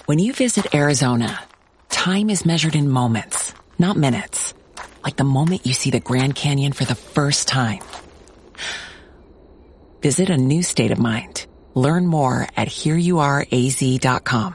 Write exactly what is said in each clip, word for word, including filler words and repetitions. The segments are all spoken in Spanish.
When you visit Arizona, time is measured in moments, not minutes. Like the moment you see the Grand Canyon for the first time. Visit a new state of mind. Learn more at here you are a z dot com.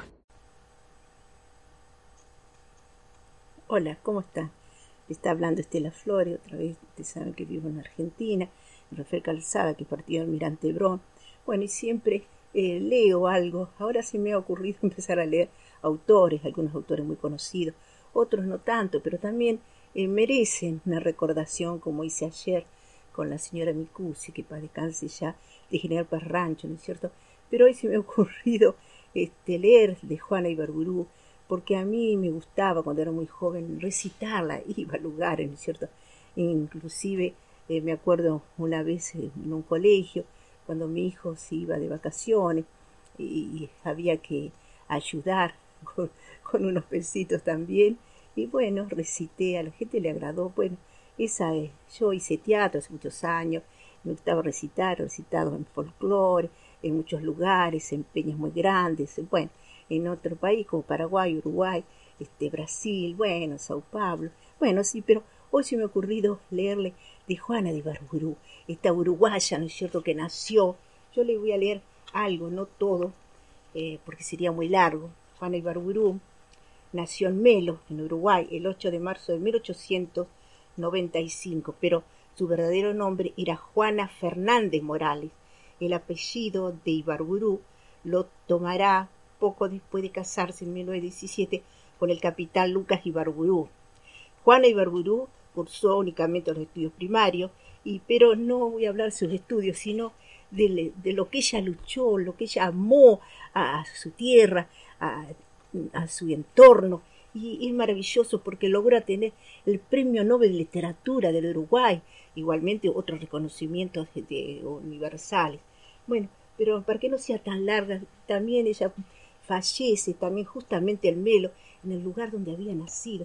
Hola, ¿cómo está? Está hablando Estela Flores, otra vez. Ustedes saben que vivo en Argentina, en Rafael Calzada, que partió de Almirante Brown. Bueno, y siempre eh, leo algo. Ahora se me ha ocurrido empezar a leer autores, algunos autores muy conocidos, otros no tanto, pero también eh, merecen una recordación, como hice ayer con la señora Micuzzi, que para descanse ya, de General Paz Rancho, ¿no es cierto? Pero hoy se me ha ocurrido este, leer de Juana Ibarburu, porque a mí me gustaba cuando era muy joven recitarla, iba a lugares, ¿no es cierto? E inclusive eh, me acuerdo una vez en un colegio, cuando mi hijo se iba de vacaciones y, y había que ayudar con, con unos pesitos también, y bueno, recité, a la gente le agradó. Bueno, esa es, yo hice teatro hace muchos años, me gustaba recitar, recitado en folclore, en muchos lugares, en peñas muy grandes, bueno, en otro país como Paraguay, Uruguay, este, Brasil, bueno, Sao Paulo, bueno, sí, pero hoy se me ha ocurrido leerle de Juana de Ibarburu, esta uruguaya, ¿no es cierto?, que nació. Yo le voy a leer algo, no todo, eh, porque sería muy largo. Juana Ibarburu nació en Melo, en Uruguay, el ocho de marzo de mil ochocientos noventa y cinco, pero su verdadero nombre era Juana Fernández Morales. El apellido de Ibarburu lo tomará poco después de casarse en mil novecientos diecisiete con el capitán Lucas Ibarburu. Juana Ibarburu cursó únicamente los estudios primarios, y, pero no voy a hablar de sus estudios, sino de, de lo que ella luchó, lo que ella amó a, a su tierra, a, a su entorno, y es maravilloso porque logra tener el Premio Nobel de Literatura del Uruguay, igualmente otros reconocimientos de, de universales. Bueno, pero para que no sea tan larga, también ella fallece también justamente en Melo, en el lugar donde había nacido,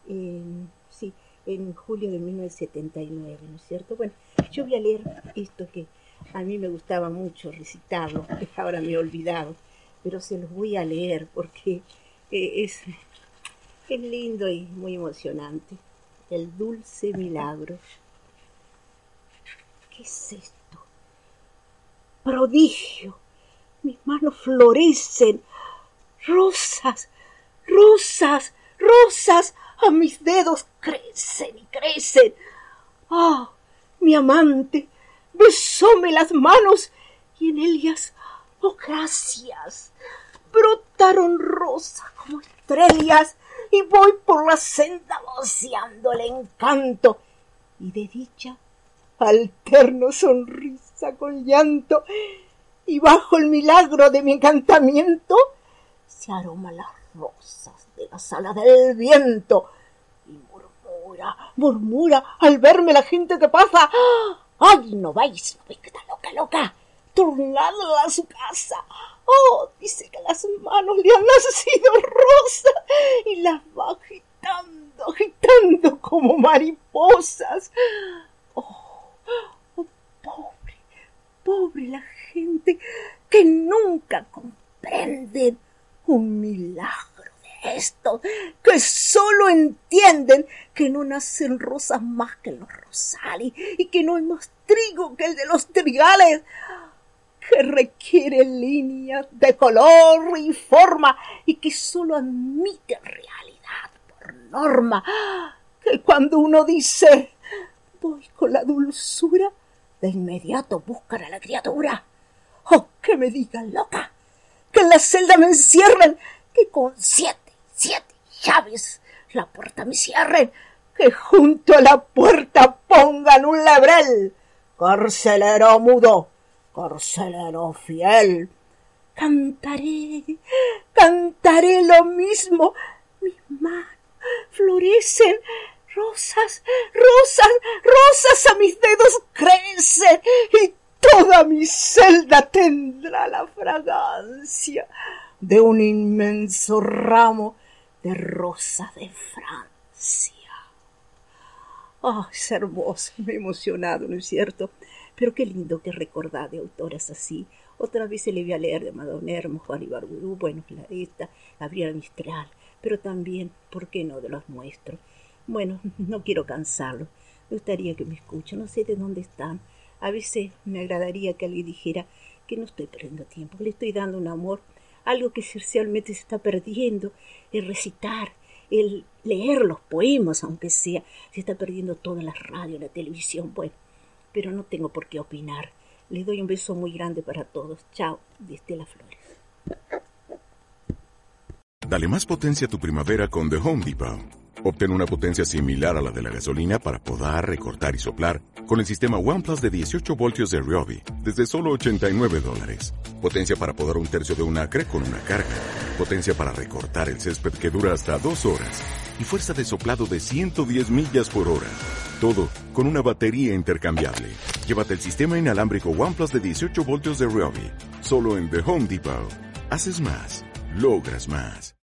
en, sí, en julio de mil novecientos setenta y nueve, ¿no es cierto? Bueno, yo voy a leer esto que a mí me gustaba mucho recitarlo, que ahora me he olvidado, pero se los voy a leer porque eh, es, es lindo y muy emocionante. El dulce milagro. ¿Qué es esto? Prodigio. Mis manos florecen. Rosas, rosas, rosas a mis dedos crecen y crecen. ¡Ah! Oh, mi amante besóme las manos y en ellas, ¡oh, gracias! Brotaron rosas como estrellas y voy por la senda voceando el encanto y de dicha alterno sonrisa con llanto, y bajo el milagro de mi encantamiento se aroman las rosas de la sala del viento y murmura, murmura al verme la gente que pasa: ¡ay, no veis, no veis que está loca, loca! Tornadla a su casa. ¡Oh! Dice que las manos le han nacido rosas y las va agitando, agitando como mariposas. ¡Oh! ¡Oh, pobre, pobre la gente que nunca comprenden un milagro de esto, que solo entienden que no nacen rosas más que en los rosales y que no hay más trigo que el de los trigales, que requiere líneas de color y forma y que solo admite realidad por norma, que cuando uno dice voy con la dulzura, de inmediato buscan a la criatura. ¡Oh, que me digan loca! Que en la celda me encierren, que con siete, siete llaves la puerta me cierren, que junto a la puerta pongan un lebrel. Carcelero mudo, carcelero fiel. Cantaré, cantaré lo mismo. Mis manos florecen, rosas, rosas, rosas a mis dedos crecen y toda mi celda tendrá la fragancia de un inmenso ramo de rosas de Francia. Oh, es hermoso, me he emocionado, ¿no es cierto? Pero qué lindo que recordar de autoras así, Otras veces le voy a leer de Madonna, Juan Ibarburu, bueno, Claretta, Gabriela Mistral, pero también, ¿por qué no?, de los nuestros. Bueno, no quiero cansarlo. Me gustaría que me escuchen, no sé de dónde están. A veces me agradaría que alguien dijera que no estoy perdiendo tiempo, que le estoy dando un amor, algo que esencialmente se está perdiendo, el recitar, el leer los poemas, aunque sea, se está perdiendo todo en la radio, en la televisión, bueno, pero no tengo por qué opinar. Les doy un beso muy grande para todos. Chao, de Estela Flores. Dale más potencia a tu primavera con The Home Depot. Obtén una potencia similar a la de la gasolina para podar, recortar y soplar con el sistema OnePlus de dieciocho voltios de Ryobi desde solo ochenta y nueve dólares. Potencia para podar un tercio de un acre con una carga. Potencia para recortar el césped que dura hasta dos horas. Y fuerza de soplado de ciento diez millas por hora. Todo con una batería intercambiable. Llévate el sistema inalámbrico OnePlus de dieciocho voltios de Ryobi. Solo en The Home Depot. Haces más. Logras más.